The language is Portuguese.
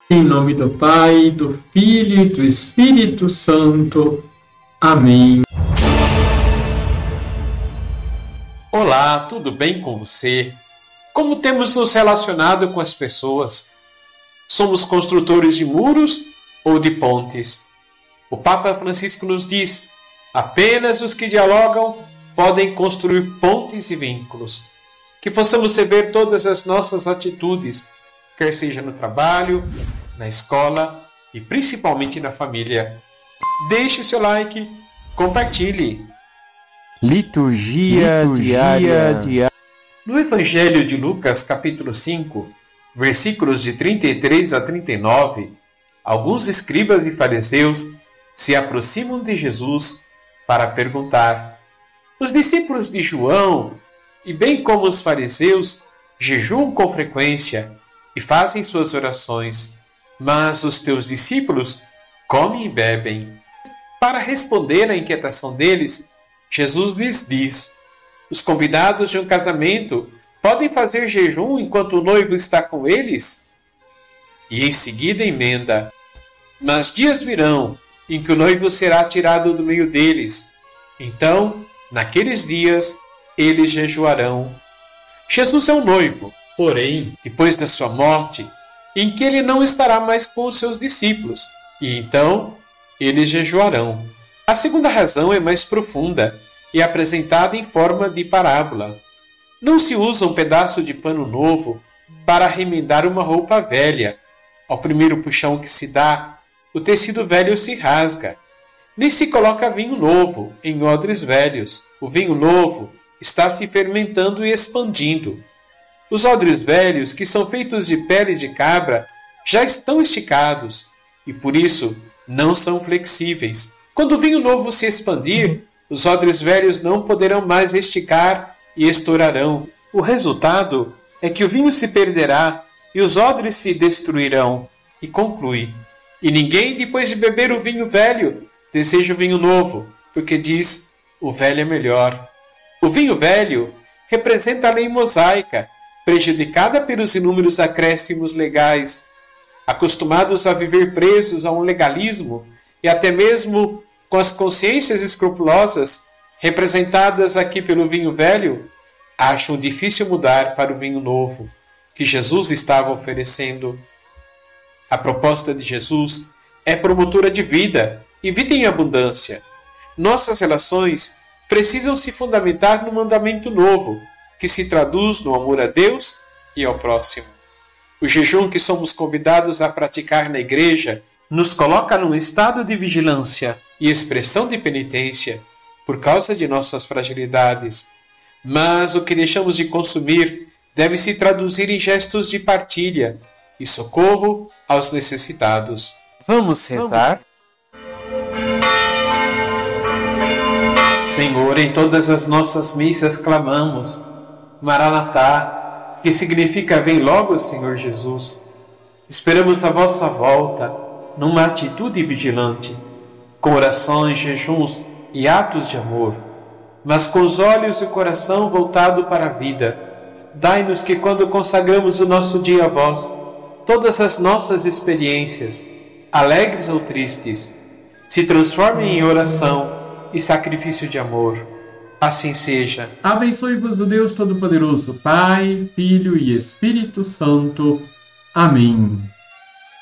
Em nome do Pai, do Filho e do Espírito Santo. Amém. Olá, tudo bem com você? Como temos nos relacionado com as pessoas? Somos construtores de muros ou de pontes? O Papa Francisco nos diz: apenas os que dialogam podem construir pontes e vínculos. Que possamos rever todas as nossas atitudes, quer seja no trabalho, na escola e principalmente na família. Deixe seu like, compartilhe. Liturgia diária. No Evangelho de Lucas, capítulo 5, versículos de 33 a 39, alguns escribas e fariseus se aproximam de Jesus para perguntar: os discípulos de João, e bem como os fariseus, jejuam com frequência e fazem suas orações, mas os teus discípulos comem e bebem. Para responder à inquietação deles, Jesus lhes diz: os convidados de um casamento podem fazer jejum enquanto o noivo está com eles? E em seguida emenda: mas dias virão em que o noivo será tirado do meio deles. Então, naqueles dias, eles jejuarão. Jesus é o noivo, porém, depois da sua morte, em que ele não estará mais com os seus discípulos, e então eles jejuarão. A segunda razão é mais profunda e apresentada em forma de parábola. Não se usa um pedaço de pano novo para remendar uma roupa velha. Ao primeiro puxão que se dá, o tecido velho se rasga. Nem se coloca vinho novo em odres velhos. O vinho novo está se fermentando e expandindo. Os odres velhos, que são feitos de pele de cabra, já estão esticados e, por isso, não são flexíveis. Quando o vinho novo se expandir, os odres velhos não poderão mais esticar e estourarão. O resultado é que o vinho se perderá e os odres se destruirão. E conclui: e ninguém, depois de beber o vinho velho, deseja o vinho novo, porque diz: o velho é melhor. O vinho velho representa a lei mosaica, prejudicada pelos inúmeros acréscimos legais. Acostumados a viver presos a um legalismo e até mesmo com as consciências escrupulosas, representadas aqui pelo vinho velho, acham difícil mudar para o vinho novo que Jesus estava oferecendo. A proposta de Jesus é promotora de vida e vida em abundância. Nossas relações precisam se fundamentar no mandamento novo, que se traduz no amor a Deus e ao próximo. O jejum que somos convidados a praticar na igreja nos coloca num estado de vigilância e expressão de penitência por causa de nossas fragilidades. Mas o que deixamos de consumir deve se traduzir em gestos de partilha e socorro aos necessitados. Vamos rezar? Senhor, em todas as nossas missas clamamos Maranatá, que significa vem logo, Senhor Jesus. Esperamos a vossa volta numa atitude vigilante, com orações, jejuns e atos de amor, mas com os olhos e o coração voltado para a vida. Dai-nos que, quando consagramos o nosso dia a vós, todas as nossas experiências, alegres ou tristes, se transformem em oração e sacrifício de amor. Assim seja. Abençoe-vos o Deus Todo-Poderoso, Pai, Filho e Espírito Santo. Amém.